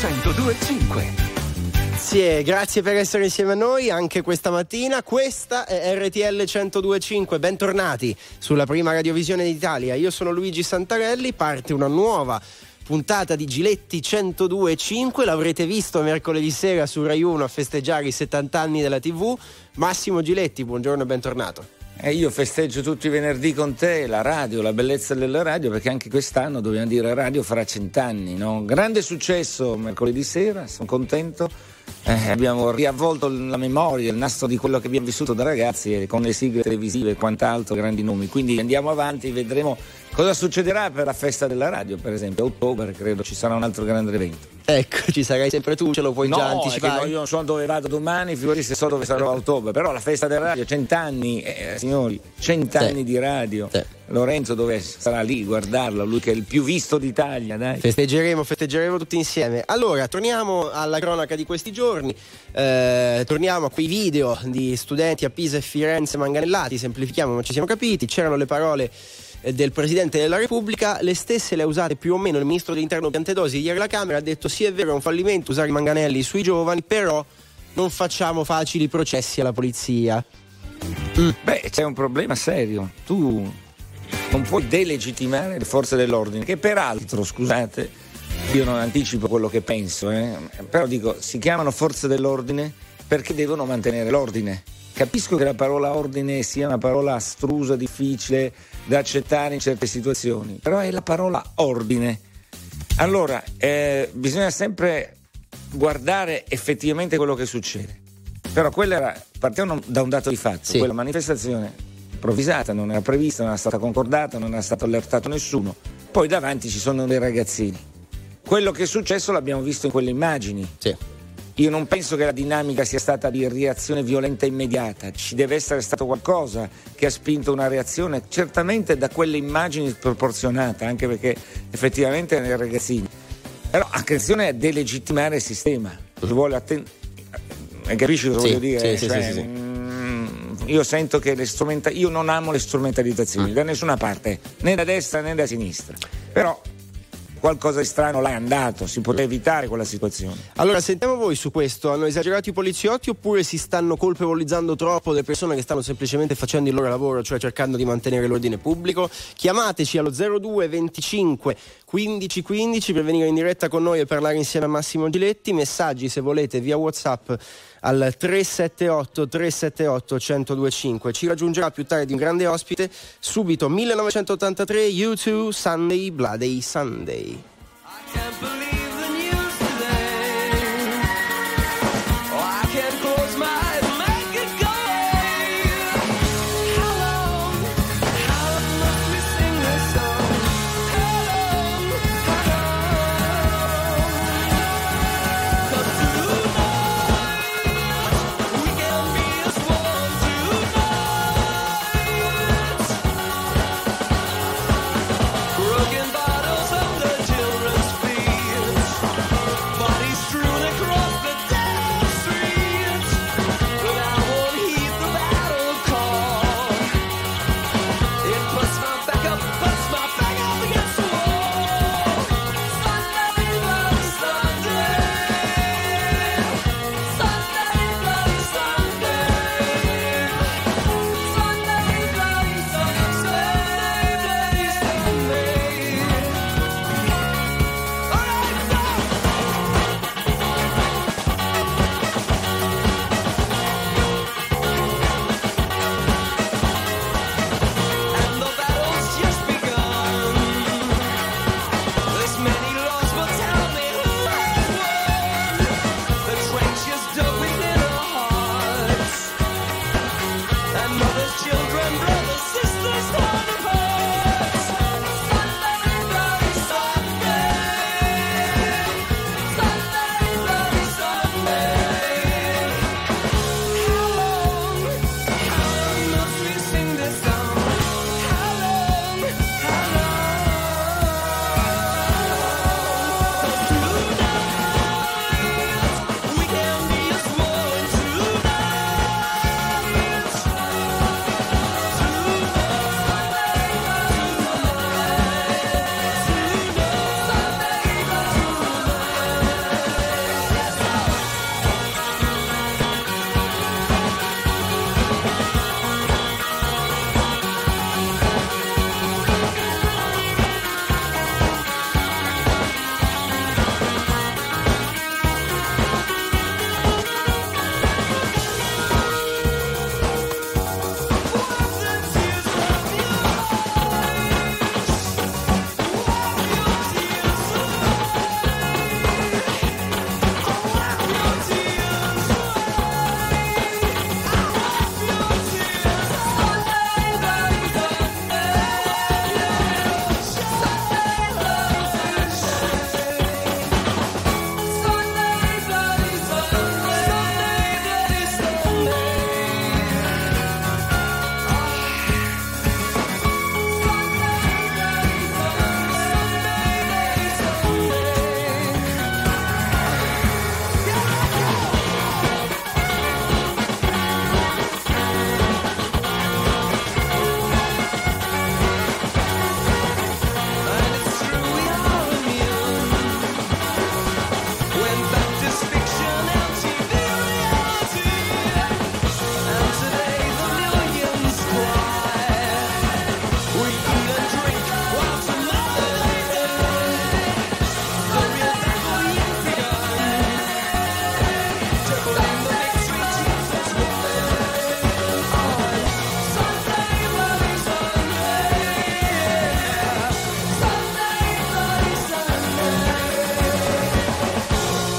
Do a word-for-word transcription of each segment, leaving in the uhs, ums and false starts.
centodue e cinque. Grazie, grazie per essere insieme a noi anche questa mattina. Questa è R T L centodue e cinque, bentornati sulla prima radiovisione d'Italia. Io sono Luigi Santarelli, parte una nuova puntata di Giletti centodue e cinque, l'avrete visto mercoledì sera su Rai uno a festeggiare i settanta anni della tivù. Massimo Giletti, buongiorno e bentornato. E io festeggio tutti i venerdì con te la radio, la bellezza della radio, perché anche quest'anno dobbiamo dire radio farà cent'anni, no? Grande successo mercoledì sera, sono contento. Eh, abbiamo riavvolto la memoria, il nastro di quello che abbiamo vissuto da ragazzi, e con le sigle televisive e quant'altro, grandi nomi. Quindi andiamo avanti, vedremo cosa succederà per la festa della radio, per esempio a ottobre credo ci sarà un altro grande evento. Ecco, ci sarai sempre tu, ce lo puoi no, già anticipare? No, io non so dove vado domani, figurati se so dove sarò a ottobre, però la festa della radio, cent'anni, eh, signori, cent'anni sì. di radio. Sì. Lorenzo dove sarà lì, guardarlo, lui che è il più visto d'Italia, dai. Festeggeremo, festeggeremo tutti insieme. Allora, torniamo alla cronaca di questi giorni, eh, torniamo a quei video di studenti a Pisa e Firenze manganellati, semplifichiamo ma ci siamo capiti, c'erano le parole del Presidente della Repubblica, le stesse le ha usate più o meno il Ministro dell'Interno Piantedosi ieri alla Camera, ha detto sì è vero è un fallimento usare i manganelli sui giovani, però non facciamo facili processi alla polizia. Mm. Beh, c'è un problema serio, tu non puoi delegittimare le forze dell'ordine, che peraltro, scusate, io non anticipo quello che penso, eh, però dico, si chiamano forze dell'ordine perché devono mantenere l'ordine. Capisco che la parola ordine sia una parola astrusa, difficile da accettare in certe situazioni, però è la parola ordine. Allora, eh, bisogna sempre guardare effettivamente quello che succede. Però quella era, partiamo da un dato di fatto, sì. Quella manifestazione improvvisata, non era prevista, non era stata concordata, non era stato allertato nessuno. Poi davanti ci sono dei ragazzini. Quello che è successo l'abbiamo visto in quelle immagini. Sì. Io non penso che la dinamica sia stata di reazione violenta immediata, ci deve essere stato qualcosa che ha spinto una reazione, certamente da quelle immagini sproporzionata, anche perché effettivamente erano ragazzini. Però attenzione a delegittimare il sistema, ci vuole atten- capisci cosa sì, voglio dire? Sì, cioè, sì, sì, sì. Mh, io sento che le strumenta- io non amo le strumentalizzazioni mm. da nessuna parte, né da destra né da sinistra, però qualcosa di strano là è andato, si poteva evitare quella situazione. Allora sentiamo voi su questo, hanno esagerato i poliziotti oppure si stanno colpevolizzando troppo le persone che stanno semplicemente facendo il loro lavoro, cioè cercando di mantenere l'ordine pubblico? Chiamateci allo zero due venticinque quindici quindici per venire in diretta con noi e parlare insieme a Massimo Giletti, messaggi se volete via WhatsApp al tre sette otto tre sette otto uno zero due cinque. Ci raggiungerà più tardi un grande ospite. Subito millenovecentottantatré U due Sunday Bloody Sunday. Broken bottles of the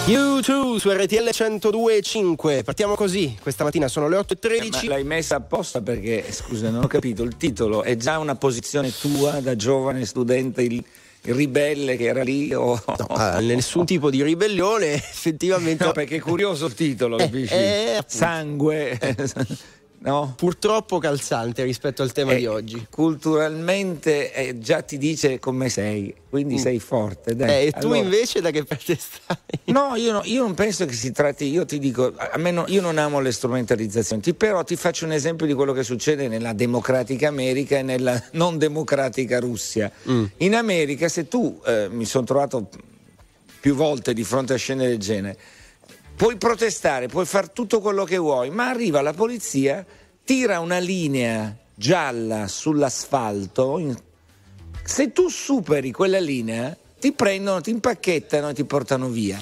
U due su R T L centodue e cinque. Partiamo così, questa mattina sono le otto e tredici. Eh, ma l'hai messa apposta perché, scusa, non ho capito, il titolo è già una posizione tua da giovane studente, il, il ribelle che era lì? O... No, ah, nessun tipo di ribellione, effettivamente. No, perché è curioso il titolo, eh, capisci? Eh, Sangue... No? Purtroppo calzante rispetto al tema eh, di oggi. Culturalmente eh, già ti dice come sei, quindi mm. sei forte. Dai. Eh, e allora... tu invece da che parte stai? No, io, no, io non penso che si tratti, io ti dico, a me no, io non amo le strumentalizzazioni, ti, però ti faccio un esempio di quello che succede nella democratica America e nella non democratica Russia. Mm. In America, se tu, eh, mi sono trovato più volte di fronte a scene del genere, puoi protestare, puoi fare tutto quello che vuoi, ma arriva la polizia, tira una linea gialla sull'asfalto, se tu superi quella linea ti prendono, ti impacchettano e ti portano via.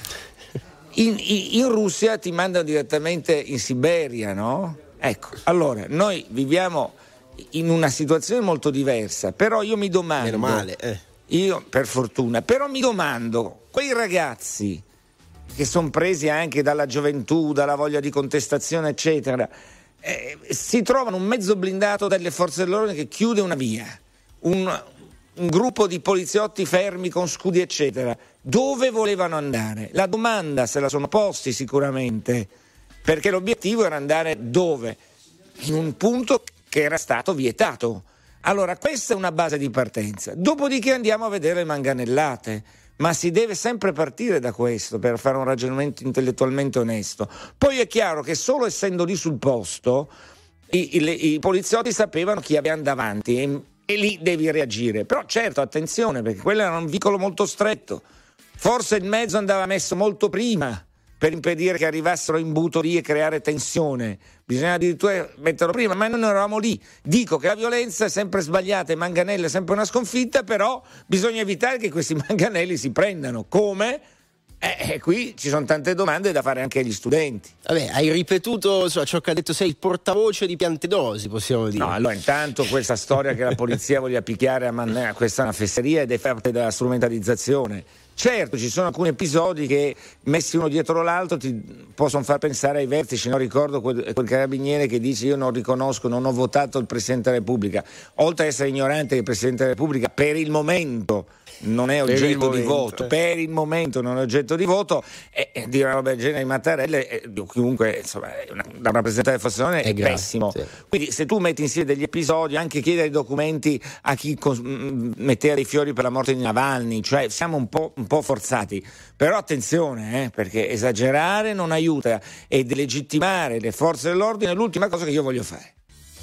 In, in, in Russia ti mandano direttamente in Siberia, no? Ecco, allora noi viviamo in una situazione molto diversa, però io mi domando, meno male, eh. io per fortuna, però mi domando, quei ragazzi che sono presi anche dalla gioventù, dalla voglia di contestazione, eccetera, eh, si trovano un mezzo blindato dalle forze dell'ordine che chiude una via, un, un gruppo di poliziotti fermi con scudi, eccetera. Dove volevano andare? La domanda se la sono posti sicuramente, perché l'obiettivo era andare dove? In un punto che era stato vietato. Allora, questa è una base di partenza. Dopodiché andiamo a vedere le manganellate. Ma si deve sempre partire da questo per fare un ragionamento intellettualmente onesto. Poi è chiaro che solo essendo lì sul posto i, i, i poliziotti sapevano chi avevano davanti e, e lì devi reagire. Però certo, attenzione, perché quello era un vicolo molto stretto. Forse il mezzo andava messo molto prima per impedire che arrivassero in imbuto lì e creare tensione. Bisognava addirittura metterlo prima, ma noi non eravamo lì. Dico che la violenza è sempre sbagliata e manganello è sempre una sconfitta, però bisogna evitare che questi manganelli si prendano. Come? Eh, qui ci sono tante domande da fare anche agli studenti. Vabbè, hai ripetuto so, ciò che ha detto, sei il portavoce di Piantedosi, possiamo dire. No, allora intanto questa storia che la polizia voglia picchiare a man- questa è una fesseria ed è fatta dalla strumentalizzazione. Certo, ci sono alcuni episodi che messi uno dietro l'altro ti possono far pensare ai vertici, no? Ricordo quel, quel carabiniere che dice io non riconosco, non ho votato il Presidente della Repubblica, oltre ad essere ignorante che il Presidente della Repubblica per il momento non è oggetto momento, di voto, eh. per il momento non è oggetto di voto, e, e dire una roba del genere di Mattarella, e, comunque insomma una, da un rappresentante della Forza Dell'Ordine è, è pessimo, sì. Quindi se tu metti insieme degli episodi, anche chiedere i documenti a chi cos- metteva dei fiori per la morte di Navalny, cioè siamo un po', un po' forzati, però attenzione, eh, perché esagerare non aiuta, e delegittimare le forze dell'ordine è l'ultima cosa che io voglio fare.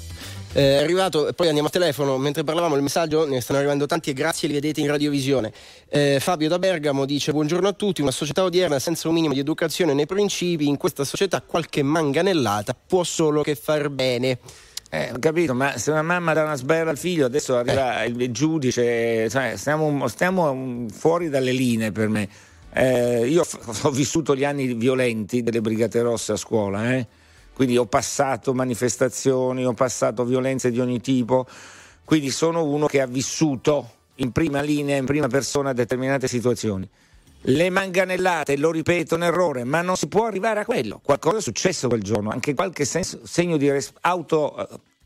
È arrivato, poi andiamo a telefono, mentre parlavamo il messaggio, ne stanno arrivando tanti e grazie, li vedete in radiovisione. eh, Fabio da Bergamo dice: buongiorno a tutti, una società odierna senza un minimo di educazione nei principi, in questa società qualche manganellata può solo che far bene. Eh, ho capito, ma se una mamma dà una sberla al figlio, adesso arriva eh. il, il giudice, cioè, stiamo, stiamo fuori dalle linee per me. eh, io f- ho vissuto gli anni violenti delle Brigate Rosse a scuola, eh quindi ho passato manifestazioni, ho passato violenze di ogni tipo, quindi sono uno che ha vissuto in prima linea, in prima persona determinate situazioni. Le manganellate, lo ripeto, un errore, ma non si può arrivare a quello. Qualcosa è successo quel giorno, anche qualche senso, segno di res- auto...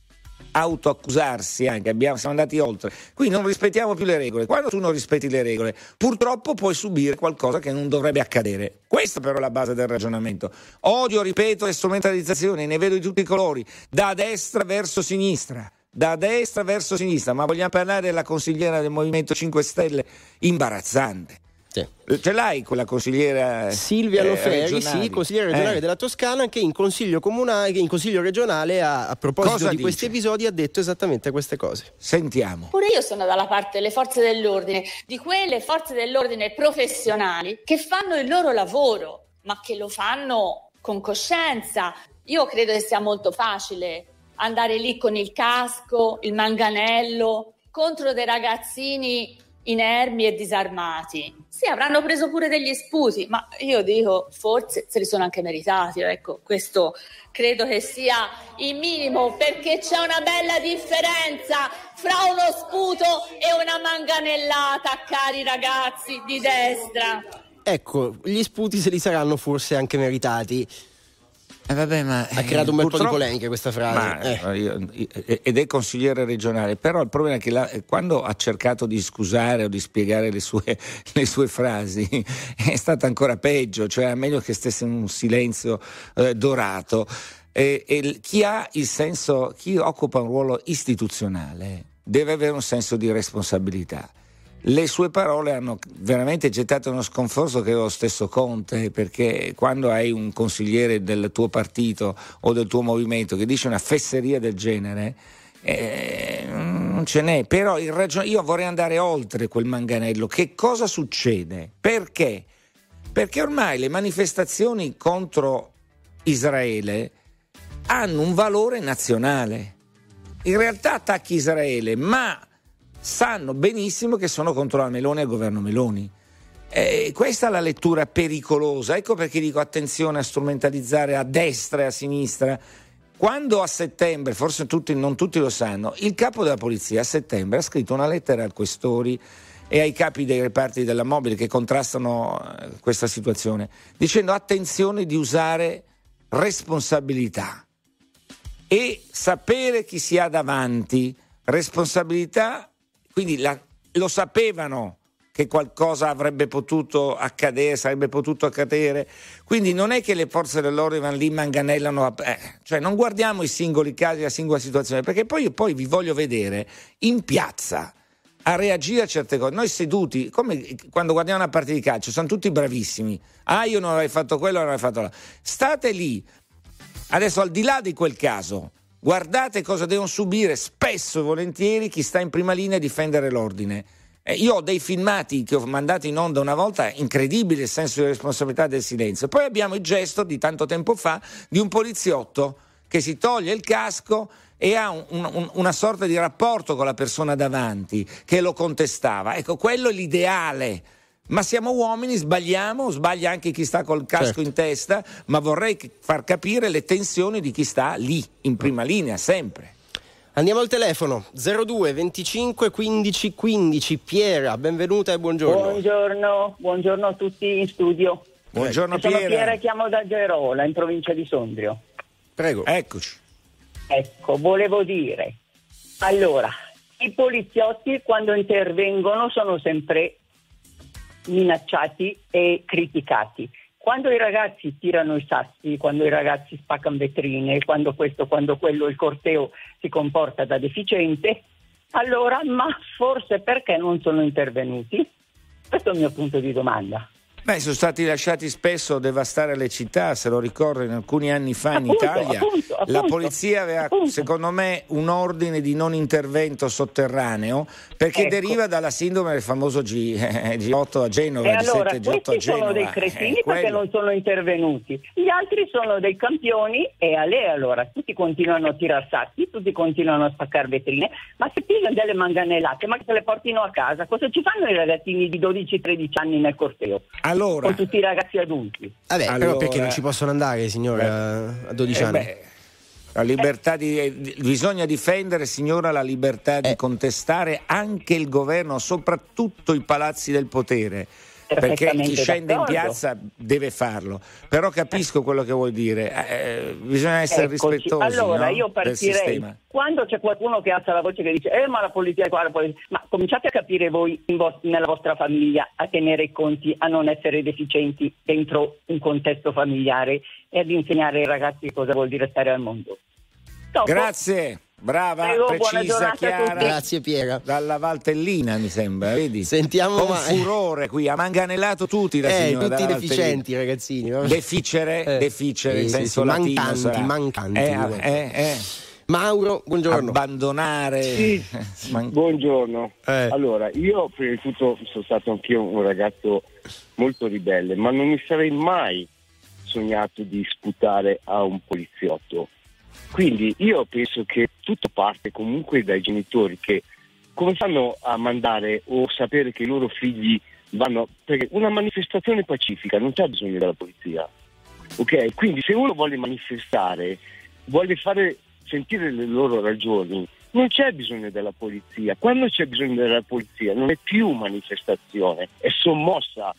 autoaccusarsi anche, abbiamo, siamo andati oltre, qui non rispettiamo più le regole. Quando tu non rispetti le regole, purtroppo puoi subire qualcosa che non dovrebbe accadere. Questa però è la base del ragionamento. Odio, ripeto, le strumentalizzazioni, ne vedo di tutti i colori, da destra verso sinistra, da destra verso sinistra, ma vogliamo parlare della consigliera del Movimento cinque Stelle, imbarazzante. Sì. Ce l'hai quella consigliera Silvia eh, Loferi, sì, consigliere regionale eh. della Toscana, che in consiglio comunale, che in consiglio regionale ha, a proposito Cosa di dice? questi episodi ha detto esattamente queste cose. Sentiamo. Pure io sono dalla parte delle forze dell'ordine, di quelle forze dell'ordine professionali che fanno il loro lavoro, ma che lo fanno con coscienza. Io credo che sia molto facile andare lì con il casco, il manganello, contro dei ragazzini inermi e disarmati. Sì, avranno preso pure degli sputi, ma io dico forse se li sono anche meritati, ecco, questo credo che sia il minimo, perché c'è una bella differenza fra uno sputo e una manganellata, cari ragazzi di destra. ecco, gli sputi se li saranno forse anche meritati. Eh vabbè, ma, ha creato un bel po' di purtroppo... polemiche questa frase. Ma, eh. io, ed è consigliere regionale, però il problema è che la, quando ha cercato di scusare o di spiegare le sue, le sue frasi è stata ancora peggio, cioè è meglio che stesse in un silenzio eh, dorato. E, e chi ha il senso, chi occupa un ruolo istituzionale deve avere un senso di responsabilità. Le sue parole hanno veramente gettato uno sconforto che è lo stesso Conte, perché quando hai un consigliere del tuo partito o del tuo movimento che dice una fesseria del genere, eh, non ce n'è. Però il ragion- io vorrei andare oltre quel manganello. Che cosa succede? Perché? Perché ormai le manifestazioni contro Israele hanno un valore nazionale. In realtà attacchi Israele, ma sanno benissimo che sono contro la Meloni e il governo Meloni. Eh, questa è la lettura pericolosa. Ecco perché dico attenzione a strumentalizzare a destra e a sinistra. Quando a settembre, forse tutti, non tutti lo sanno, il capo della polizia a settembre ha scritto una lettera ai questori e ai capi dei reparti della mobile che contrastano questa situazione, dicendo attenzione di usare responsabilità e sapere chi si ha davanti. Responsabilità. Quindi la, lo sapevano che qualcosa avrebbe potuto accadere, sarebbe potuto accadere. Quindi non è che le forze dell'ordine vanno lì, manganellano, eh, cioè non guardiamo i singoli casi, la singola situazione, perché poi, poi vi voglio vedere in piazza a reagire a certe cose. Noi seduti, come quando guardiamo una partita di calcio, sono tutti bravissimi. Ah, io non avrei fatto quello, non avrei fatto là. State lì. Adesso, al di là di quel caso, guardate cosa devono subire spesso e volentieri chi sta in prima linea a difendere l'ordine. Eh, io ho dei filmati che ho mandato in onda una volta, incredibile il senso di responsabilità del silenzio. Poi abbiamo il gesto di tanto tempo fa di un poliziotto che si toglie il casco e ha un, un, una sorta di rapporto con la persona davanti che lo contestava. Ecco, quello è l'ideale. Ma siamo uomini, sbagliamo, sbaglia anche chi sta col casco certo. in testa, ma vorrei far capire le tensioni di chi sta lì, in prima linea, sempre. Andiamo al telefono, zero due venticinque quindici quindici. Piera, benvenuta e buongiorno. Buongiorno, buongiorno a tutti in studio. Buongiorno Sono Piera. Piera e chiamo da Gerola, in provincia di Sondrio. Prego. Eccoci. Ecco, volevo dire, allora, i poliziotti quando intervengono sono sempre minacciati e criticati. Quando i ragazzi tirano i sassi, quando i ragazzi spaccano vetrine, quando questo, quando quello, il corteo si comporta da deficiente, allora, ma forse perché non sono intervenuti? Questo è il mio punto di domanda. Beh, sono stati lasciati spesso devastare le città, se lo ricordo, in alcuni anni fa in appunto, Italia. Appunto, appunto, la polizia aveva, appunto. secondo me, un ordine di non intervento sotterraneo, perché ecco. deriva dalla sindrome del famoso G, eh, G otto a Genova, e allora, G sette G otto a questi Genova. sono dei cretini eh, perché non sono intervenuti. Gli altri sono dei campioni e a lei allora tutti continuano a tirar sassi, tutti continuano a spaccare vetrine, ma se pigliano delle manganellate, ma che se le portino a casa, cosa ci fanno i ragazzini di dodici tredici anni nel corteo? Allora, con tutti i ragazzi adulti. Vabbè, allora, però perché non ci possono andare, signora, beh, a dodici eh anni? Beh, la libertà di, eh, bisogna difendere, signora, la libertà di eh. contestare anche il governo, soprattutto i palazzi del potere. Perché chi scende in piazza deve farlo, però capisco quello che vuoi dire, eh, bisogna essere Eccoci. rispettosi, allora, no? io partirei quando c'è qualcuno che alza la voce che dice eh ma la politica è qua, la politica... ma cominciate a capire voi in vo- nella vostra famiglia a tenere i conti, a non essere deficienti dentro un contesto familiare e ad insegnare ai ragazzi cosa vuol dire stare al mondo. Dopo, grazie. Brava, prego, precisa, chiara. Grazie Piera. Dalla Valtellina mi sembra, vedi? Sentiamo con ma... furore qui, ha manganellato tutti la eh, signora. tutti deficienti ragazzini. Deficere, eh. deficere, sì, in senso sì, latino. Mancanti, sarà. mancanti. Eh, eh, eh. Mauro, buongiorno. Abbandonare. Sì, Man... buongiorno. Eh. Allora, io prima di tutto sono stato anch'io un ragazzo molto ribelle, ma non mi sarei mai sognato di sputare a un poliziotto. Quindi io penso che tutto parte comunque dai genitori che come fanno a mandare o sapere che i loro figli vanno, perché una manifestazione pacifica non c'è bisogno della polizia, ok? Quindi se uno vuole manifestare, vuole fare sentire le loro ragioni, non c'è bisogno della polizia. Quando c'è bisogno della polizia non è più manifestazione, è sommossa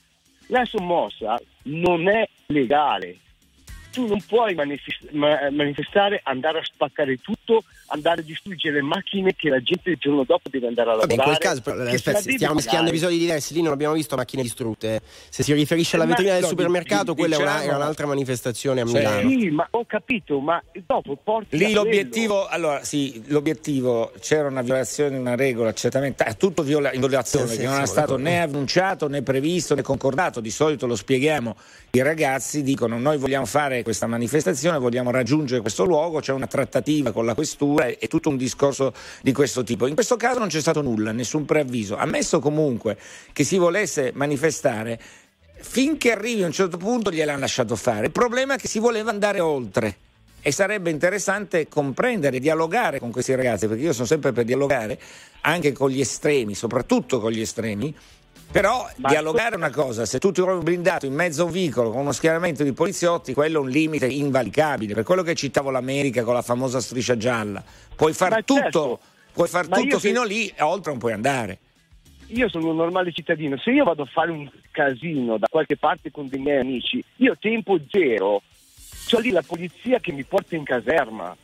la sommossa non è legale. Tu non puoi manifest- ma- manifestare, andare a spaccare tutto, andare a distruggere macchine che la gente il giorno dopo deve andare a lavorare. Vabbè, in quel caso, però, aspetta, stiamo mischiando episodi diversi, lì non abbiamo visto macchine distrutte. Se si riferisce alla Eh, vetrina ma, del no, supermercato, di- quella diciamo, è una, era un'altra manifestazione a Sì. Milano. Sì, ma ho capito, ma dopo porti Lì a l'obiettivo, quello. allora sì, l'obiettivo, c'era una violazione di una regola, certamente, è tutto viola- in violazione, Sì, che sì, non è siamo stato d'accordo. né annunciato né previsto né concordato. Di solito lo spieghiamo, i ragazzi dicono noi vogliamo fare questa manifestazione, vogliamo raggiungere questo luogo, c'è una trattativa con la questura e, e tutto un discorso di questo tipo. In questo caso non c'è stato nulla, nessun preavviso, ammesso comunque che si volesse manifestare. Finché arrivi a un certo punto gliel'hanno lasciato fare. Il problema è che si voleva andare oltre e sarebbe interessante comprendere, dialogare con questi ragazzi, perché io sono sempre per dialogare anche con gli estremi, soprattutto con gli estremi. Però Ma dialogare è una cosa, se tu ti trovi blindato in mezzo a un vicolo con uno schieramento di poliziotti, quello è un limite invalicabile. Per quello che citavo l'America con la famosa striscia gialla, puoi far Ma tutto, certo. puoi far Ma tutto io fino se- lì e oltre non puoi andare. Io sono un normale cittadino, se io vado a fare un casino da qualche parte con dei miei amici, io tempo zero, c'ho lì la polizia che mi porta in caserma,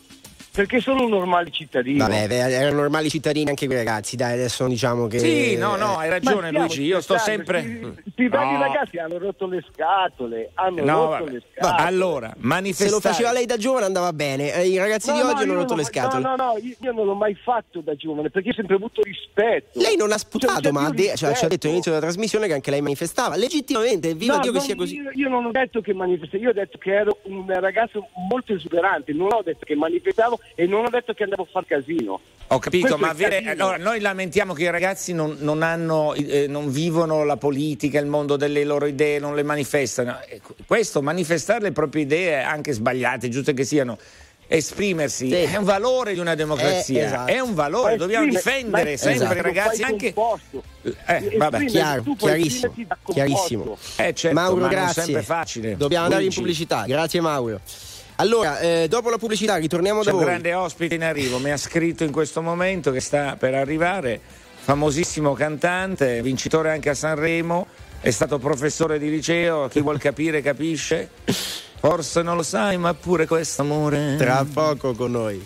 perché sono un normale cittadino. Vabbè, erano normali cittadini anche quei ragazzi, dai, adesso diciamo che... Sì, no, no, hai Ma ragione stiamo Luigi, io sto scherzando, sempre... I, i bravi No. ragazzi hanno rotto le scatole, hanno No, rotto vabbè. le scatole. Allora, Se manifestare... lo faceva lei da giovane andava bene, eh, i ragazzi No, di no, oggi hanno io rotto non- le scatole. No, no, no, io, io non l'ho mai fatto da giovane, perché ho sempre avuto rispetto. Lei non ha Cioè, sputato, c'è ma ha, più de- cioè, ci ha detto rispetto. all'inizio della trasmissione che anche lei manifestava. Legittimamente, viva No, Dio che non- sia così. Io, io non ho detto che manifestavo, io ho detto che ero un ragazzo molto esuberante, non ho detto che manifestavo e non ho detto che andavo a far casino. Ho capito, Questo ma è avere, casino. allora, noi lamentiamo che i ragazzi non, non hanno, eh, non vivono la politica, il mondo delle loro idee, non le manifestano. Eh, Questo, manifestare le proprie idee, anche sbagliate, giuste che siano, esprimersi, Sì. è un valore di una democrazia, Eh, esatto. è un valore, Ma dobbiamo esprime- difendere ma sempre esatto. i ragazzi, Lo fai anche... composto. Eh, vabbè, Esprime- chiaro, tu puoi chiarissimo, esprimerti da composto. chiarissimo. Eh, certo, Mauro, ma non è grazie. sempre facile. Dobbiamo andare in Luigi, pubblicità. Grazie Mauro. Allora, eh, dopo la pubblicità ritorniamo c'è da un voi. grande ospite in arrivo, mi ha scritto in questo momento che sta per arrivare, famosissimo cantante, vincitore anche a Sanremo, è stato professore di liceo, chi vuol capire capisce, forse non lo sai ma pure questo amore. Tra poco con noi.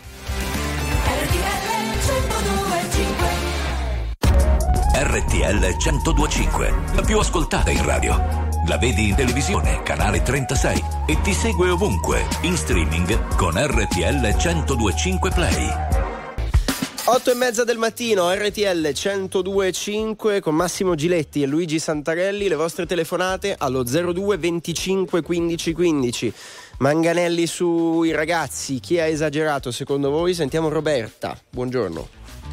R T L centodue e cinque, la più ascoltata in radio. La vedi in televisione, canale trentasei, e ti segue ovunque, in streaming con R T L centodue e cinque Play. Otto e mezza del mattino, R T L centodue e cinque con Massimo Giletti e Luigi Santarelli. Le vostre telefonate allo zero due venticinque quindici quindici. Manganelli sui ragazzi, chi ha esagerato secondo voi? Sentiamo Roberta, buongiorno.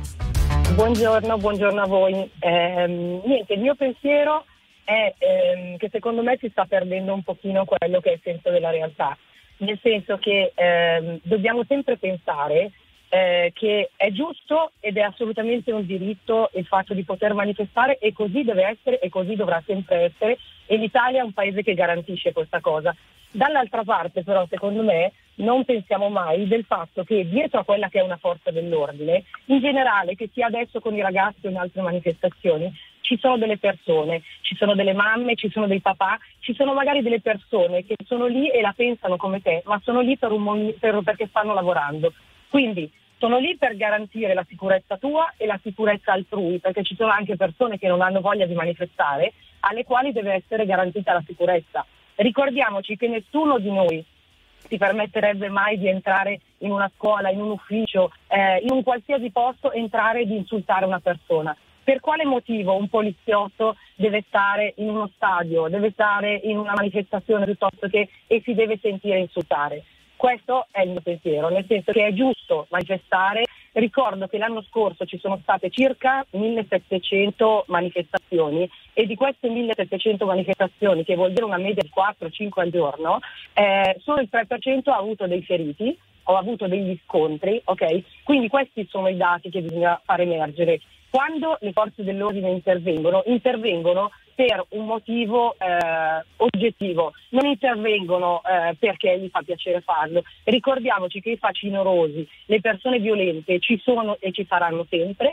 Buongiorno, buongiorno a voi. Ehm, niente, il mio pensiero è ehm, che secondo me si sta perdendo un pochino quello che è il senso della realtà, nel senso che ehm, dobbiamo sempre pensare eh, che è giusto ed è assolutamente un diritto il fatto di poter manifestare, e così deve essere e così dovrà sempre essere, e l'Italia è un paese che garantisce questa cosa. Dall'altra parte però, secondo me, non pensiamo mai del fatto che dietro a quella che è una forza dell'ordine, in generale, che sia adesso con i ragazzi o in altre manifestazioni, ci sono delle persone, ci sono delle mamme, ci sono dei papà, ci sono magari delle persone che sono lì e la pensano come te, ma sono lì per un mon- per, perché stanno lavorando. Quindi sono lì per garantire la sicurezza tua e la sicurezza altrui, perché ci sono anche persone che non hanno voglia di manifestare, alle quali deve essere garantita la sicurezza. Ricordiamoci che nessuno di noi si permetterebbe mai di entrare in una scuola, in un ufficio, eh, in un qualsiasi posto, entrare e di insultare una persona. Per quale motivo un poliziotto deve stare in uno stadio, deve stare in una manifestazione piuttosto che e si deve sentire insultare? Questo è il mio pensiero, nel senso che è giusto manifestare. Ricordo che l'anno scorso ci sono state circa millesettecento manifestazioni, e di queste millesettecento manifestazioni, che vuol dire una media di quattro cinque al giorno, eh, solo il tre per cento ha avuto dei feriti o ha avuto degli scontri, ok? Quindi questi sono i dati che bisogna far emergere. Quando le forze dell'ordine intervengono, intervengono per un motivo eh, oggettivo, non intervengono eh, perché gli fa piacere farlo. Ricordiamoci che i facinorosi, le persone violente ci sono e ci saranno sempre,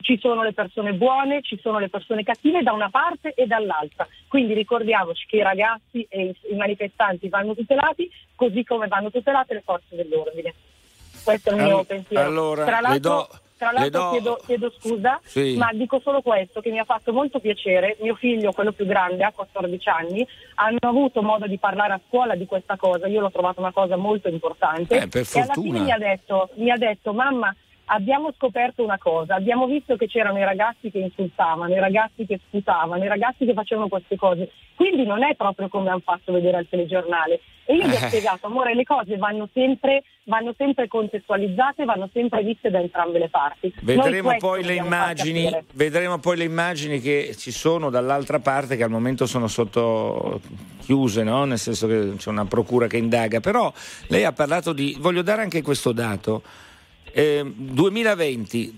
ci sono le persone buone, ci sono le persone cattive da una parte e dall'altra, quindi ricordiamoci che i ragazzi e i, i manifestanti vanno tutelati così come vanno tutelate le forze dell'ordine. Questo è il mio All- pensiero. allora, tra l'altro, le do, tra l'altro le do... Chiedo, chiedo scusa, sì. ma dico solo questo, che mi ha fatto molto piacere. Mio figlio, quello più grande, ha quattordici anni, hanno avuto modo di parlare a scuola di questa cosa. Io l'ho trovata una cosa molto importante. Eh, per e alla fortuna. fine mi ha detto, mi ha detto mamma, abbiamo scoperto una cosa, abbiamo visto che c'erano i ragazzi che insultavano, i ragazzi che sputavano, i ragazzi che facevano queste cose, quindi non è proprio come hanno fatto vedere al telegiornale. E io gli ho Eh. spiegato, amore, le cose vanno sempre, vanno sempre contestualizzate, vanno sempre viste da entrambe le parti. Vedremo Noi poi le questo dobbiamo far immagini, capire. vedremo poi le immagini che ci sono dall'altra parte, che al momento sono sotto chiuse, no? Nel senso che c'è una procura che indaga. Però lei ha parlato di, voglio dare anche questo dato, eh, duemilaventi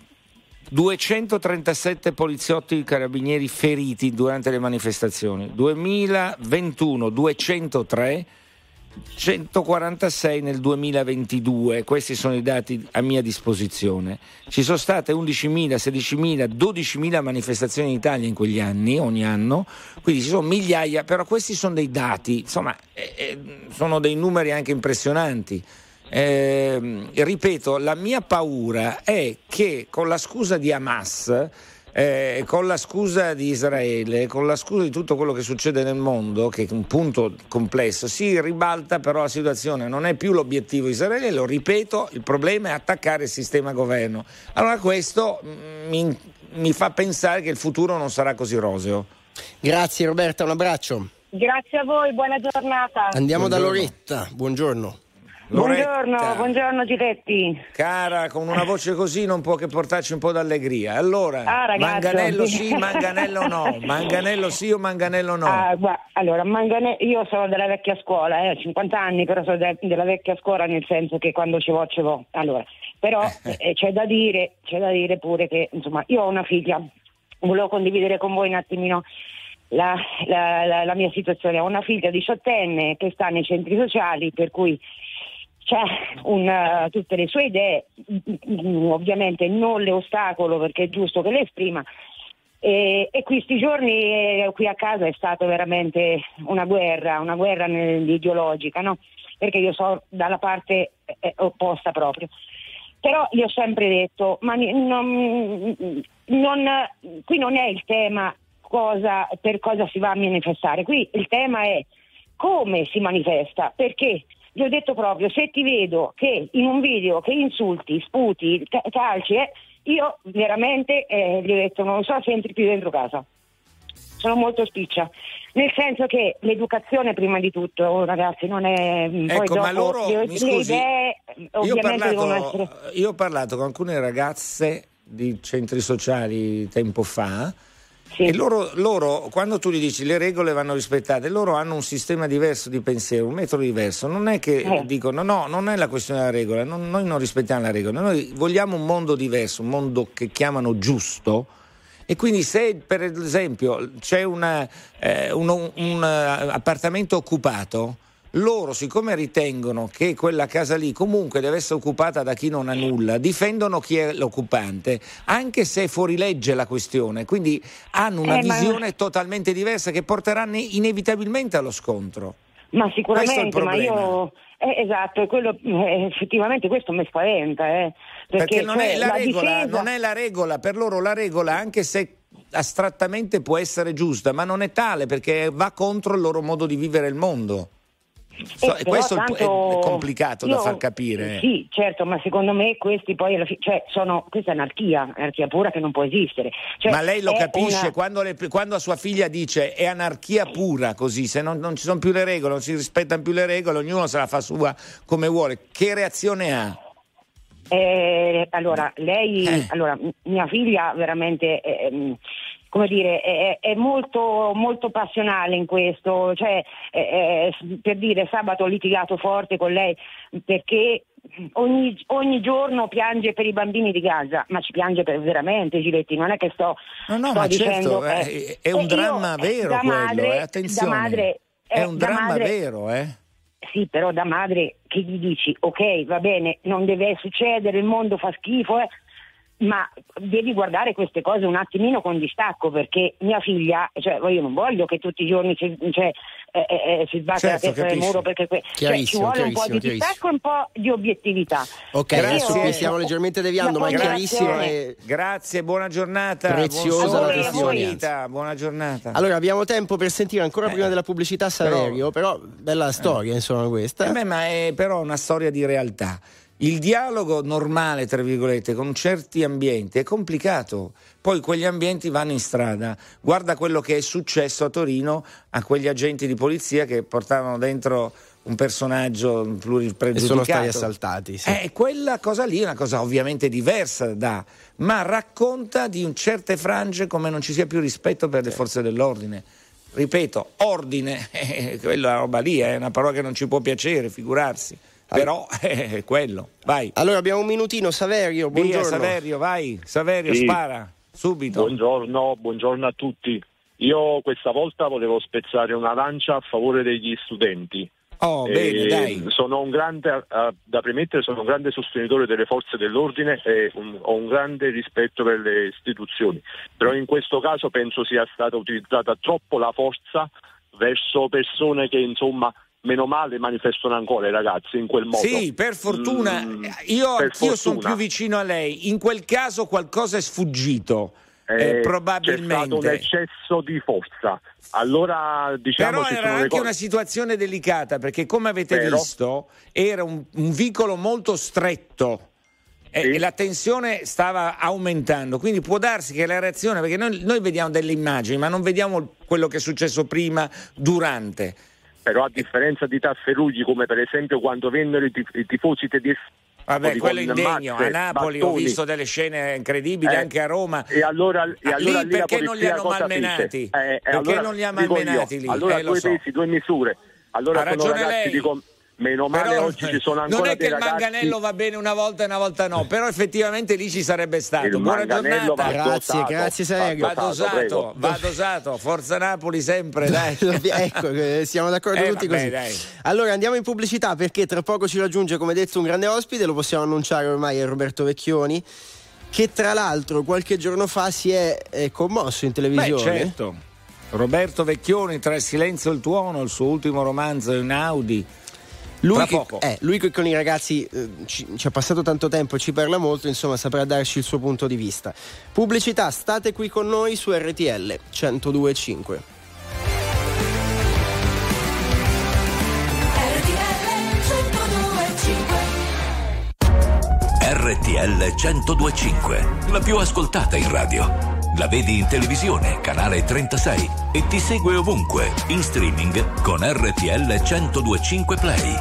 duecentotrentasette poliziotti e carabinieri feriti durante le manifestazioni, duemilaventuno duecentotre, centoquarantasei nel duemilaventidue. Questi sono i dati a mia disposizione. Ci sono state undicimila, sedicimila, dodicimila manifestazioni in Italia in quegli anni, ogni anno, quindi ci sono migliaia, però questi sono dei dati, insomma, eh, eh, sono dei numeri anche impressionanti. Eh, ripeto, la mia paura è che con la scusa di Hamas, eh, con la scusa di Israele, con la scusa di tutto quello che succede nel mondo, che è un punto complesso, si ribalta però la situazione. Non è più l'obiettivo Israele, lo ripeto, il problema è attaccare il sistema governo. Allora questo mi, mi fa pensare che il futuro non sarà così roseo. Grazie Roberta, un abbraccio. Grazie a voi, buona giornata. Andiamo Buongiorno. da Loretta, buongiorno. Loretta, Buongiorno, buongiorno Giletti. cara, con una voce così non può che portarci un po' d'allegria. Allora, Ah, ragazzo. manganello sì, manganello no. Manganello sì o manganello no? Ah, guarda, allora, Mangane- io sono della vecchia scuola, eh, cinquanta anni, però sono de- della vecchia scuola, nel senso che quando ci vo, ci vo. Allora, però eh, c'è da dire, c'è da dire pure che, insomma, io ho una figlia, volevo condividere con voi un attimino la, la, la, la mia situazione. Ho una figlia diciottenne che sta nei centri sociali, per cui c'è un, uh, tutte le sue idee, mm, ovviamente non le ostacolo perché è giusto che le esprima, e, e questi giorni eh, qui a casa è stata veramente una guerra, una guerra nel, ideologica, no? Perché io sono dalla parte eh, opposta proprio. Però io ho sempre detto, ma non, non, qui non è il tema cosa, per cosa si va a manifestare, qui il tema è come si manifesta, perché gli ho detto proprio, se ti vedo che in un video che insulti, sputi, calci, eh, io veramente eh, gli ho detto non lo so se entri più dentro casa. Sono molto spiccia, nel senso che l'educazione prima di tutto, oh, ragazzi, non è... Ecco, poi dopo, ma loro, le, mi scusi, le idee io ho, ovviamente devono essere... parlato, io ho parlato con alcune ragazze di centri sociali tempo fa. Sì. E loro, loro, quando tu gli dici le regole vanno rispettate, loro hanno un sistema diverso di pensiero, un metodo diverso. Non è che Eh. dicono no, non è la questione della regola, non- noi non rispettiamo la regola, noi vogliamo un mondo diverso, un mondo che chiamano giusto. E quindi se per esempio c'è una, eh, un, un eh, appartamento occupato, loro, siccome ritengono che quella casa lì comunque deve essere occupata da chi non ha nulla, difendono chi è l'occupante, anche se è fuori legge la questione, quindi hanno una Eh, ma- visione totalmente diversa che porterà ne- inevitabilmente allo scontro. Ma Questo è il sicuramente, ma problema. io... Eh, esatto, è quello, eh, effettivamente questo mi spaventa, eh, perché, Perché non, cioè, è la la regola, difesa... non è la regola, per loro la regola, anche se astrattamente può essere giusta, ma non è tale perché va contro il loro modo di vivere il mondo. So, Eh, e questo però è il- tanto è complicato da io- far capire. Sì, certo, ma secondo me questi poi alla fi- cioè sono questa è anarchia, anarchia pura che non può esistere. Cioè, Ma lei lo è capisce una- quando, le- quando a sua figlia dice è anarchia pura così, se non, non ci sono più le regole, non si rispettano più le regole, ognuno se la fa sua come vuole. Che reazione ha? Eh, allora, lei, Eh. allora, m- mia figlia veramente, eh, ehm, come dire, è, è molto, molto passionale in questo, cioè, eh, eh, per dire, sabato ho litigato forte con lei perché ogni, ogni giorno piange per i bambini di Gaza, ma ci piange per veramente, Giletti, non è che sto, No, no, sto ma dicendo... certo, eh, è, è un e dramma io, vero da quello, madre- eh, attenzione. da madre, è eh, un da dramma madre- vero, eh? Sì, però da madre che gli dici, ok, va bene, non deve succedere, il mondo fa schifo, eh. ma devi guardare queste cose un attimino con distacco, perché mia figlia, cioè io non voglio che tutti i giorni si, cioè, eh, eh, si sbatte certo, la testa nel muro, perché que- cioè, ci vuole un po' di distacco e un po' di obiettività. Ok, Perché adesso io- qui stiamo leggermente deviando, ma è chiarissimo. E... Grazie, buona giornata. preziosa buon la sole, testimonianza. buona giornata. Allora abbiamo tempo per sentire ancora Eh, prima della pubblicità Saverio, però, però bella storia, insomma, questa. Eh beh, ma è però una storia di realtà. Il dialogo normale, tra virgolette, con certi ambienti è complicato. Poi quegli ambienti vanno in strada. Guarda quello che è successo a Torino a quegli agenti di polizia che portavano dentro un personaggio pluripregiudicato. E sono stati assaltati. Sì. Eh, quella cosa lì è una cosa ovviamente diversa da, ma racconta di un certe frange come non ci sia più rispetto per le forze dell'ordine. Ripeto, ordine, eh, quella roba lì è una parola che non ci può piacere, figurarsi. Però è quello, vai. Allora abbiamo un minutino, Saverio, buongiorno. Via Saverio, vai, Saverio, Sì. spara, subito. Buongiorno, buongiorno a tutti. Io questa volta volevo spezzare una lancia a favore degli studenti. Oh, Eh, bene, dai. Sono un grande, eh, da premettere, sono un grande sostenitore delle forze dell'ordine e un- ho un grande rispetto per le istituzioni. Però in questo caso penso sia stata utilizzata troppo la forza verso persone che, insomma, meno male manifestano ancora i ragazzi in quel modo. Sì, per fortuna, Mm, io per anch'io sono fortuna. più vicino a lei. In quel caso qualcosa è sfuggito, Eh, eh, C'è stato un probabilmente. eccesso di forza. Allora, diciamo, Però ci era sono le anche cose. una situazione delicata, perché come avete Vero. visto era un, un vicolo molto stretto. E Sì. e la tensione stava aumentando, quindi può darsi che la reazione, perché noi, noi vediamo delle immagini, ma non vediamo quello che è successo prima, durante. Però a differenza di Tafferugli, come per esempio quando vennero i, tif- i tifosi tedeschi. Vabbè, quello è con indegno. mazze, A Napoli ho bastoni. visto delle scene incredibili, Eh, anche a Roma. E allora, e Ah, allora lì lì la perché non li polizia hanno cosa malmenati? fece? Eh, eh, Perché allora non li ha dico io, malmenati lì? Allora Eh, lo due so. pesi, due misure. Allora Ha sono ragione ragazzi, lei. dico, meno male Però oggi ci sono ancora non è che dei il ragazzi. manganello va bene una volta e una volta no, però effettivamente lì ci sarebbe stato. Il Buona manganello giornata. va Grazie, dosato, grazie, Saverio. Va dosato, dosato, prego. va dosato. Forza Napoli sempre, dai. Ecco, eh, siamo d'accordo Eh, tutti vabbè, così. dai. Allora andiamo in pubblicità, perché tra poco ci raggiunge, come detto, un grande ospite, lo possiamo annunciare ormai, è Roberto Vecchioni, che tra l'altro qualche giorno fa si è eh, commosso in televisione. Beh, certo. Roberto Vecchioni, Tra il silenzio e il tuono, il suo ultimo romanzo in Audi. Lui Tra che, poco. eh, lui che con i ragazzi eh, ci, ci ha passato tanto tempo, ci parla molto, insomma saprà darci il suo punto di vista. Pubblicità, state qui con noi su R T L centodue e cinque. R T L centodue e cinque, la più ascoltata in radio. La vedi in televisione, canale trentasei, e ti segue ovunque, in streaming con R T L centodue e cinque Play.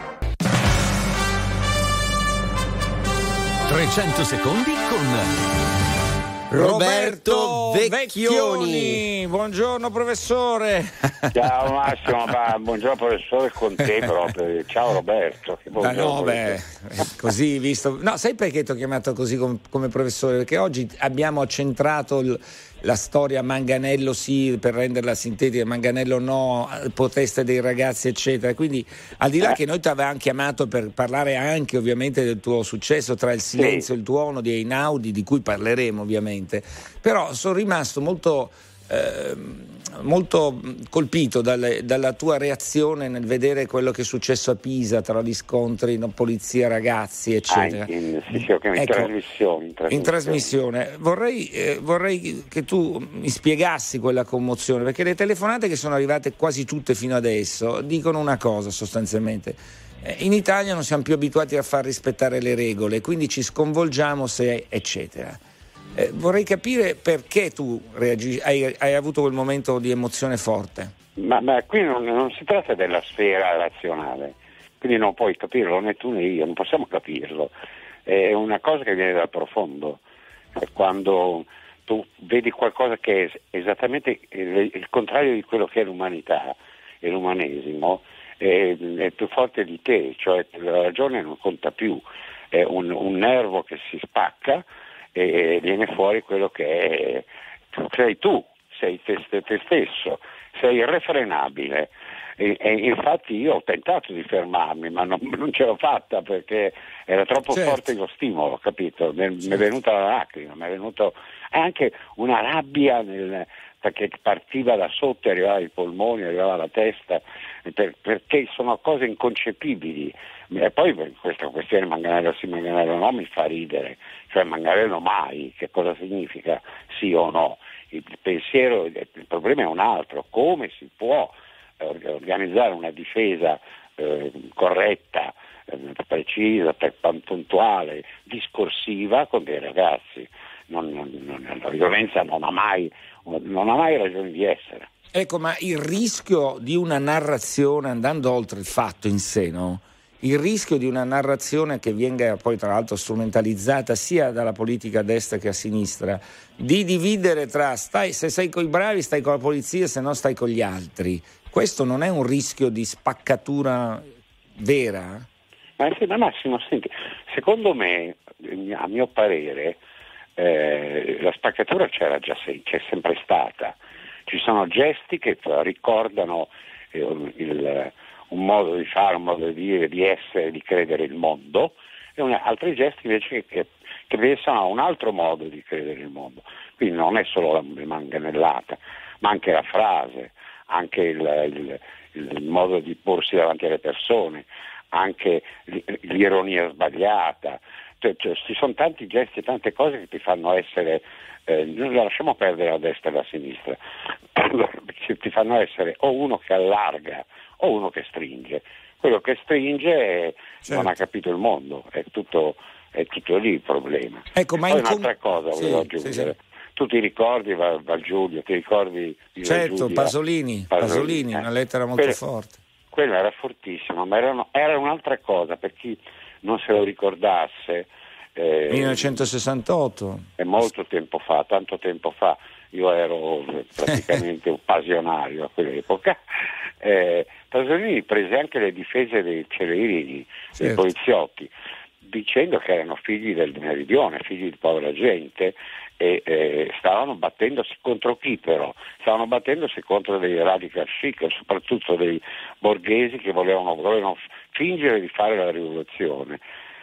trecento secondi con Roberto Vecchioni. Vecchioni. Buongiorno professore. Ciao Massimo, ma buongiorno professore con te proprio. Ciao Roberto. Ma Buongiorno, no, beh, eh, così visto. No, sai perché ti ho chiamato così come, come professore? Perché oggi abbiamo accentrato il, la storia Manganello sì, per renderla sintetica, Manganello no, proteste dei ragazzi eccetera. Quindi al di là Eh. che noi ti avevamo chiamato per parlare anche ovviamente del tuo successo Tra il silenzio e il tuono di Einaudi, di cui parleremo ovviamente, però sono rimasto molto eh, molto colpito dalle, dalla tua reazione nel vedere quello che è successo a Pisa tra gli scontri no, polizia ragazzi eccetera. Ah, in, sì, sì, okay, in, Ecco, trasmissione, in trasmissione. in trasmissione. Vorrei, eh, vorrei che tu mi spiegassi quella commozione, perché le telefonate che sono arrivate quasi tutte fino adesso dicono una cosa sostanzialmente: eh, in Italia non siamo più abituati a far rispettare le regole, quindi ci sconvolgiamo se eccetera. Eh, vorrei capire perché tu reagi- hai, hai avuto quel momento di emozione forte. Ma, ma qui non, non si tratta della sfera razionale, quindi non puoi capirlo né tu né io, non possiamo capirlo. È una cosa che viene dal profondo. Quando tu vedi qualcosa che è esattamente il, il contrario di quello che è l'umanità e l'umanesimo, è, è più forte di te, cioè la ragione non conta più, è un, un nervo che si spacca e viene fuori quello che è, sei tu, sei te, te stesso, sei irrefrenabile. E, e infatti io ho tentato di fermarmi, ma non, non ce l'ho fatta perché era troppo certo. forte lo stimolo, capito? Mi è venuta la lacrima, mi è venuto anche una rabbia nel, perché partiva da sotto, arrivava ai polmoni, arrivava alla testa, per, perché sono cose inconcepibili. E poi questa questione Manganello sì, Manganello no mi fa ridere, cioè Manganello mai, che cosa significa sì o no? Il pensiero, il problema è un altro, come si può organizzare una difesa eh, corretta, eh, precisa, puntuale, discorsiva con dei ragazzi. Non, non, non, la violenza non ha mai, non ha mai ragione di essere. Ecco, ma il rischio di una narrazione, andando oltre il fatto in sé, no? Il rischio di una narrazione che venga poi tra l'altro strumentalizzata sia dalla politica a destra che a sinistra, di dividere tra stai, se sei con i bravi stai con la polizia, se no stai con gli altri. Questo non è un rischio di spaccatura vera? Ma, ma Massimo, senti, secondo me, a mio parere, eh, la spaccatura c'era già, c'è sempre stata. Ci sono gesti che ricordano eh, il, un modo di fare, un modo di dire, di essere, di credere il mondo, e un, altri gesti invece che, che pensano a un altro modo di credere il mondo. Quindi non è solo la manganellata, ma anche la frase, anche il, il, il modo di porsi davanti alle persone, anche l'ironia sbagliata. Cioè, cioè, ci sono tanti gesti, tante cose che ti fanno essere, eh, non lasciamo perdere la destra e la sinistra, che ti fanno essere o uno che allarga o uno che stringe. Quello che stringe è, certo. non ha capito il mondo, è tutto, è tutto lì il problema. Ecco, ma poi in un'altra com- cosa sì, volevo aggiungere. Sì, sì. Tu ti ricordi Val, Val Giulio, ti ricordi di certo, Pasolini, Pasolini, Pasolini eh. una lettera molto quella, forte. Quella era fortissima, ma era, era un'altra cosa, per chi non se lo ricordasse. Eh, millenovecentosessantotto. È molto tempo fa, tanto tempo fa, io ero praticamente un passionario a quell'epoca. Eh, Pasolini prese anche le difese dei Celerini, certo. dei poliziotti, dicendo che erano figli del meridione, figli di povera gente, e eh, stavano battendosi contro chi però? Stavano battendosi contro dei radical chic, soprattutto dei borghesi che volevano, volevano fingere di fare la rivoluzione,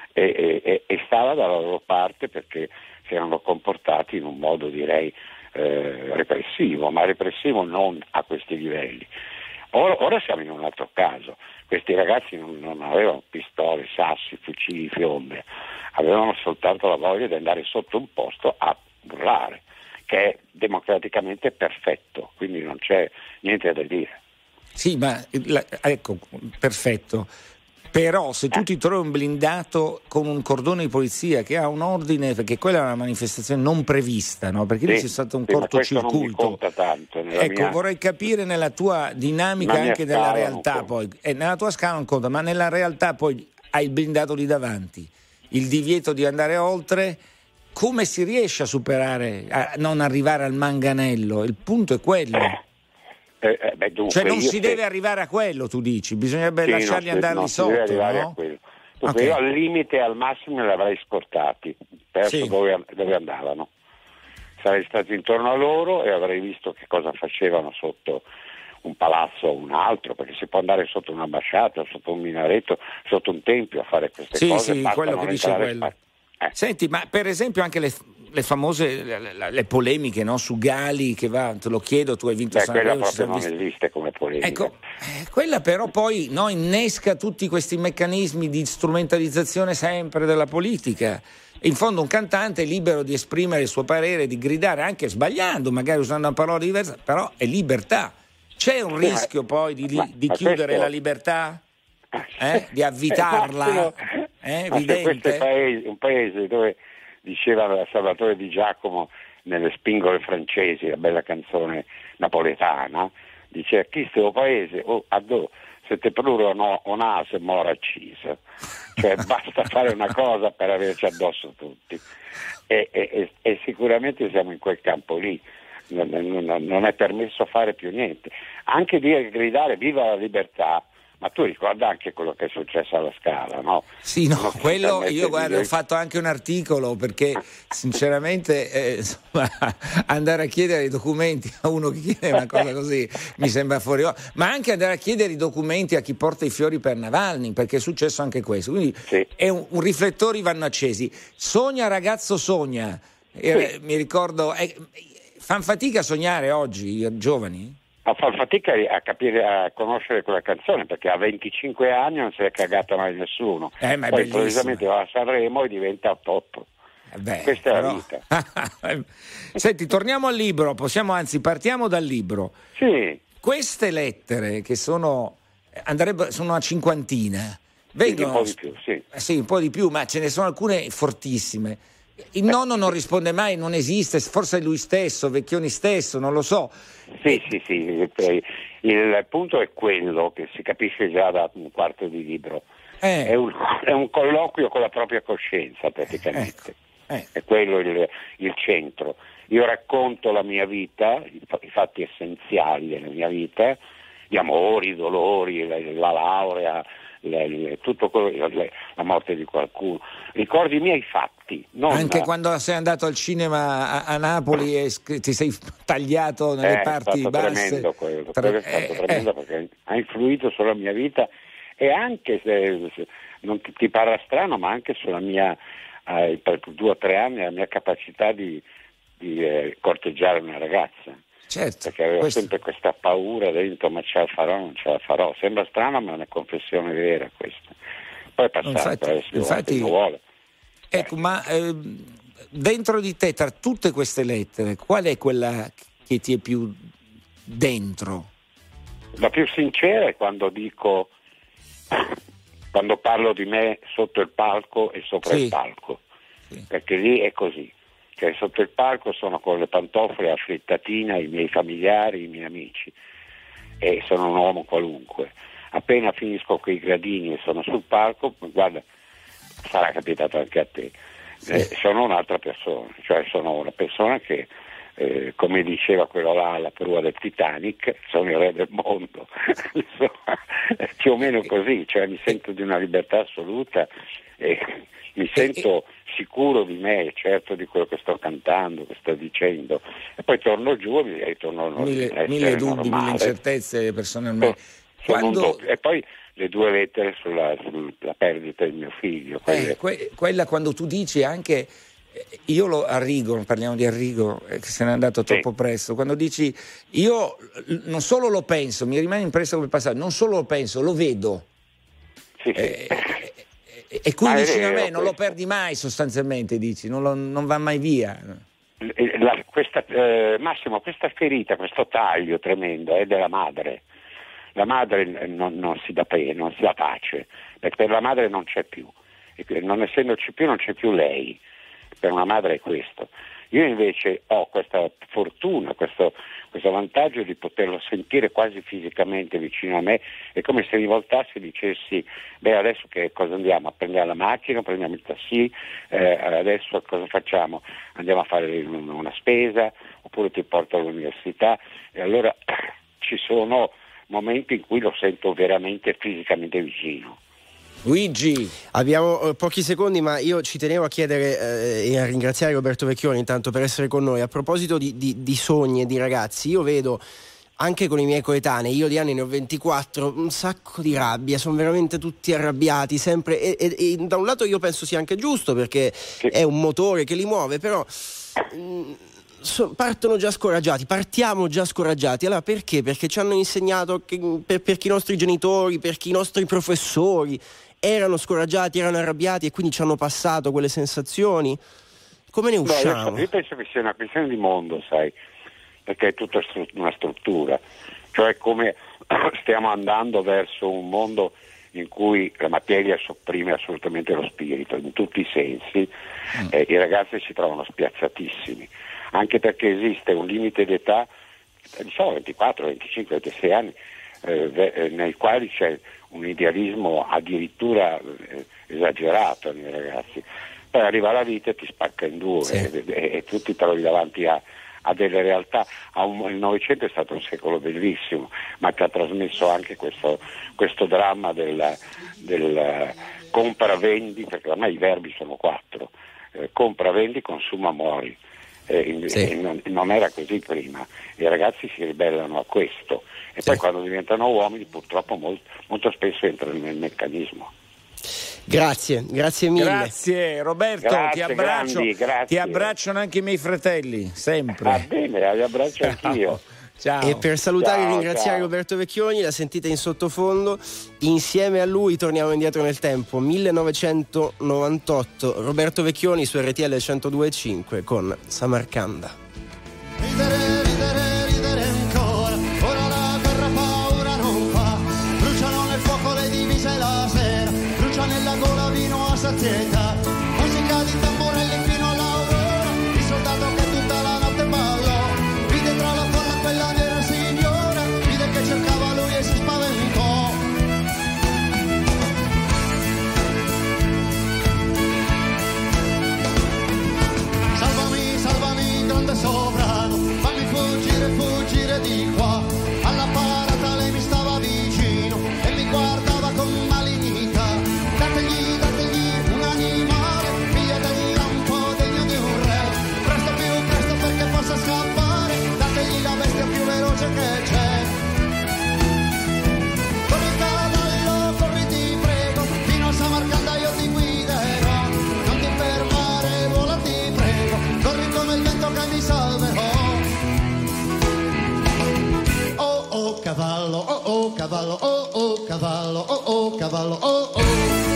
e, e, e stava dalla loro parte perché si erano comportati in un modo, direi, eh, repressivo, ma repressivo non a questi livelli. Ora, ora siamo in un altro caso. Questi ragazzi non, non avevano pistole, sassi, fucili, fiombe, avevano soltanto la voglia di andare sotto un posto a urlare, che è democraticamente perfetto, quindi non c'è niente da dire. Sì, ma ecco, perfetto. Però se tu ti trovi un blindato con un cordone di polizia che ha un ordine, perché quella è una manifestazione non prevista, no? Perché lì sì, c'è stato un sì, cortocircuito. Non mi conta tanto, ecco, mia... vorrei capire nella tua dinamica anche della realtà, poi eh, nella tua scala non conta, ma nella realtà poi hai il blindato lì davanti, il divieto di andare oltre. Come si riesce a superare, a non arrivare al manganello? Il punto è quello. Eh, eh, beh, dunque, cioè non si se... deve arrivare a quello, tu dici, bisognerebbe sì, lasciarli non andare non lì sotto, deve arrivare no? a quello. Dunque, Okay. io al limite, al massimo, li avrei scortati, perso sì. dove, dove andavano. Sarei stato intorno a loro e avrei visto che cosa facevano sotto un palazzo o un altro, perché si può andare sotto un'ambasciata, sotto un minareto, sotto un tempio a fare queste sì, cose. Sì, quello che dice quello. Eh. Senti, ma per esempio anche le, le famose le, le polemiche, no, su Gali che va, te lo chiedo, tu hai vinto Beh, Sanremo, quella proprio non visto. Esiste come polemica. Ecco, eh, quella però poi no, innesca tutti questi meccanismi di strumentalizzazione sempre della politica. In fondo un cantante è libero di esprimere il suo parere, di gridare anche sbagliando, magari usando una parola diversa, però è libertà. C'è un sì, rischio ma, poi di, ma, di ma chiudere questo... la libertà? Eh? Di avvitarla? È evidente. Questo è paese, un paese dove diceva Salvatore Di Giacomo nelle Spingole francesi, la bella canzone napoletana, dice chi sto paese oh, addo, se te pluro no, o nase mora accisa, cioè basta fare una cosa per averci addosso tutti e, e, e sicuramente siamo in quel campo lì. Non, non, non è permesso fare più niente, anche dire, gridare viva la libertà, Ma tu ricorda anche quello che è successo alla Scala, no? Sì, no, quello io guarda, ho fatto anche un articolo perché sinceramente eh, insomma, andare a chiedere i documenti a uno che chiede una cosa così mi sembra fuori, ma anche andare a chiedere i documenti a chi porta i fiori per Navalny, perché è successo anche questo. Quindi sì. è un, un riflettori vanno accesi. Sogna ragazzo sogna. Eh, sì. Mi ricordo, eh, fan fatica a sognare oggi i giovani? A far fatica a capire, a conoscere quella canzone, perché a venticinque anni non se l'è cagata mai nessuno. Eh, ma poi improvvisamente va a Sanremo e diventa top. Eh beh, questa però... è la vita. Senti, torniamo al libro, possiamo anzi partiamo dal libro. Sì. Queste lettere che sono andrebbero sono una cinquantina. Vengono, un po' di più, sì. Sì, un po' di più, ma ce ne sono alcune fortissime. Il nonno non risponde mai, non esiste, forse è lui stesso, Vecchioni stesso, non lo so. Sì, sì, sì, il, il punto è quello che si capisce già da un quarto di libro. Eh. È, un, è un colloquio con la propria coscienza praticamente, ecco. eh. È quello il, il centro. Io racconto la mia vita, i, i fatti essenziali della mia vita, gli amori, i dolori, la, la laurea, Le, le, tutto quello, le, la morte di qualcuno, ricordi i miei fatti. Non anche quando sei andato al cinema a, a Napoli e ti sei tagliato nelle eh, parti è stato basse. Tremendo quello, Tra... quello è stato eh, tremendo eh. perché ha influito sulla mia vita e anche se, se non ti, ti parla strano, ma anche sulla mia eh, per due o tre anni la mia capacità di, di eh, corteggiare una ragazza. Certo, perché avevo questo... sempre questa paura dentro, ma ce la farò, non ce la farò. Sembra strano, ma è una confessione vera questa. Poi è passato, infatti, adesso infatti, lo vuole. Ecco, ma eh, dentro di te, tra tutte queste lettere, qual è quella che ti è più dentro? La più sincera è quando dico, quando parlo di me sotto il palco e sopra sì. il palco, sì. perché lì è così. Cioè, sotto il palco sono con le pantofole a frittatina i miei familiari, i miei amici e sono un uomo qualunque. Appena finisco quei gradini e sono sul palco, guarda, sarà capitato anche a te, sì. eh, sono un'altra persona, cioè sono una persona che eh, come diceva quello là alla prua del Titanic, sono il re del mondo. Insomma, più o meno così, cioè mi sento di una libertà assoluta e mi sento sicuro di me, certo di quello che sto cantando, che sto dicendo, e poi torno giù e mi ritorno mille, mille dubbi, normale. Mille incertezze personalmente. Quando... E poi le due lettere sulla, sulla perdita del mio figlio. Quelle... Eh, que- quella quando tu dici anche, io lo Arrigo, parliamo di Arrigo, eh, che se n'è andato troppo sì. presto, quando dici io non solo lo penso, mi rimane impresso come passato, non solo lo penso, lo vedo. Sì, sì. Eh, E quindi vicino a me non lo perdi mai sostanzialmente, dici, non, lo, non va mai via. La, questa, eh, Massimo, questa ferita, questo taglio tremendo è della madre. La madre non, non si dà pe- non si dà pace, perché per la madre non c'è più, e non essendoci più non c'è più lei, per una madre è questo. Io invece ho questa fortuna, questo, questo vantaggio di poterlo sentire quasi fisicamente vicino a me, è come se rivoltassi e dicessi, beh adesso che cosa andiamo? Prendiamo la macchina, prendiamo il taxi, eh, adesso cosa facciamo? Andiamo a fare una spesa, oppure ti porto all'università, e allora ci sono momenti in cui lo sento veramente fisicamente vicino. Luigi, abbiamo eh, pochi secondi, ma io ci tenevo a chiedere eh, e a ringraziare Roberto Vecchioni intanto per essere con noi. A proposito di, di, di sogni e di ragazzi, io vedo anche con i miei coetanei, io di anni ne ho ventiquattro, un sacco di rabbia, sono veramente tutti arrabbiati sempre e, e, e da un lato io penso sia anche giusto perché è un motore che li muove, però mh, so, partono già scoraggiati, partiamo già scoraggiati. Allora perché? Perché ci hanno insegnato che per, per chi i nostri genitori, per chi i nostri professori erano scoraggiati, erano arrabbiati e quindi ci hanno passato quelle sensazioni. Come ne usciamo? No, io, io penso che sia una questione di mondo, sai, perché è tutta una struttura, cioè come stiamo andando verso un mondo in cui la materia sopprime assolutamente lo spirito in tutti i sensi, mm. eh, i ragazzi si trovano spiazzatissimi, anche perché esiste un limite d'età, diciamo ventiquattro, venticinque, ventisei anni, eh, nei quali c'è un idealismo addirittura eh, esagerato nei ragazzi. Poi arriva la vita e ti spacca in due, sì. e, e, e tu ti trovi davanti a, a delle realtà, a un, il Novecento è stato un secolo bellissimo, ma che ha trasmesso anche questo, questo dramma del, del compra-vendi, perché ormai i verbi sono quattro, eh, compra-vendi, consuma, muori. Eh, sì. eh, non, non era così prima, i ragazzi si ribellano a questo e sì. Poi quando diventano uomini purtroppo molt, molto spesso entrano nel meccanismo. Grazie, grazie mille. Grazie Roberto, grazie, ti abbraccio, grandi, ti abbracciano anche i miei fratelli, sempre. Va bene, li abbraccio anch'io. Ciao. E per salutare ciao, e ringraziare ciao. Roberto Vecchioni, la sentite in sottofondo, insieme a lui torniamo indietro nel tempo, millenovecentonovantotto, Roberto Vecchioni su R T L centodue e cinque con Samarcanda. Ridere, ridere, ridere ancora, ora la guerra paura non fa, bruciano nel fuoco le divise la sera, brucia nella gola vino a sazietà, musica di tamborelli fino all'aurora, il soldato che tutta la notte ballò, vide tra la folla quella nera signora, vide che cercava lui e si spaventò. Salvami, salvami, grande sovrano, fammi fuggire, fuggire di qua. Alla parata lei mi stava vicino e mi guardava con malignità. Dategli, dategli un animale, pigliategli un po' degno di un re. Presto più presto perché possa scappare, dategli la bestia più veloce che c'è. Corri cavallo, corri ti prego, fino a Samarcanda io ti guiderò. Non ti fermare, vola ti prego, corri come il vento che mi salverò. Oh oh cavallo, oh oh cavallo, oh oh cavallo, oh oh cavallo, oh oh.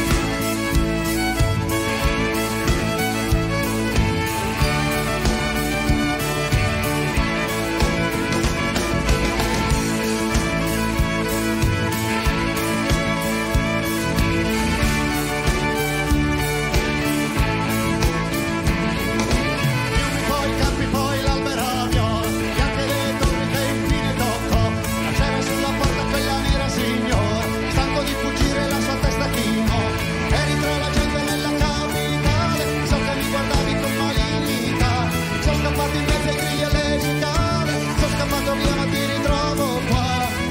Poi campi, poi l'albera viola, e anche le torri che infine toccò. La c'era sulla porta quella nera signora, stanco di fuggire la sua testa chinò. Eri tra la gente nella capitale, so che mi guardavi con malignità. Sono scappato in mezzo ai grilli e alle cicale, sono scappato via ma ti ritrovo qua.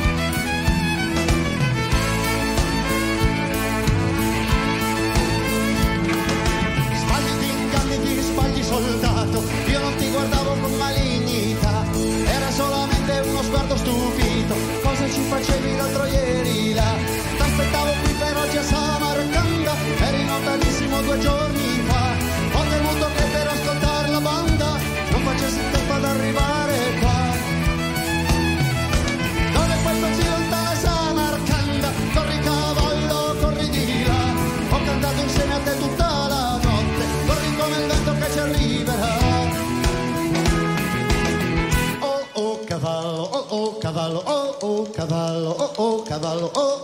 Sbagli ti inganni, ti sbagli soldato, io non ti guardavo con malignità, era solamente uno sguardo stupito, cosa ci facevi l'altro ieri là? T'aspettavo qui per oggi a Samarcanda, eri lontanissimo due giorni fa, ho temuto che per ascoltare la banda non facessi tempo ad arrivare qua. Dove poi così lontana Samarcanda, corri cavallo, corri di là, ho cantato insieme a te tutta la notte, corri come il vento che ci arriverà. Oh oh cavallo, oh oh cavallo, oh oh cavallo, oh oh cavallo, oh oh.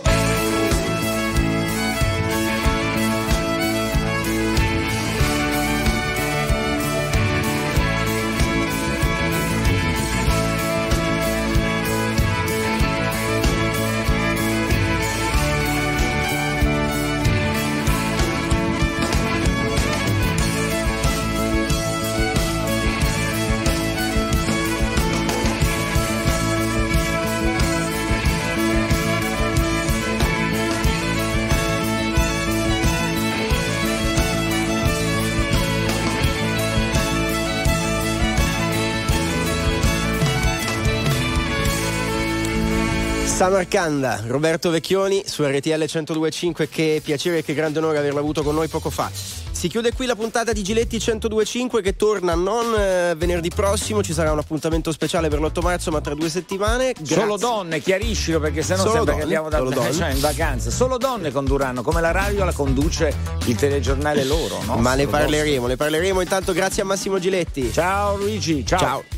Samarcanda, Roberto Vecchioni su R T L centodue e cinque, che piacere e che grande onore averlo avuto con noi poco fa. Si chiude qui la puntata di Giletti centodue e cinque, che torna non eh, venerdì prossimo, ci sarà un appuntamento speciale per l'otto marzo, ma tra due settimane. Grazie. Solo donne, chiariscilo, perché sennò Solo sembra donne, che andiamo da cioè, in vacanza. Solo donne condurranno, come la radio la conduce il telegiornale loro, no? Ma ne Solo parleremo, donne. ne parleremo. Intanto grazie a Massimo Giletti. Ciao Luigi, ciao. Ciao.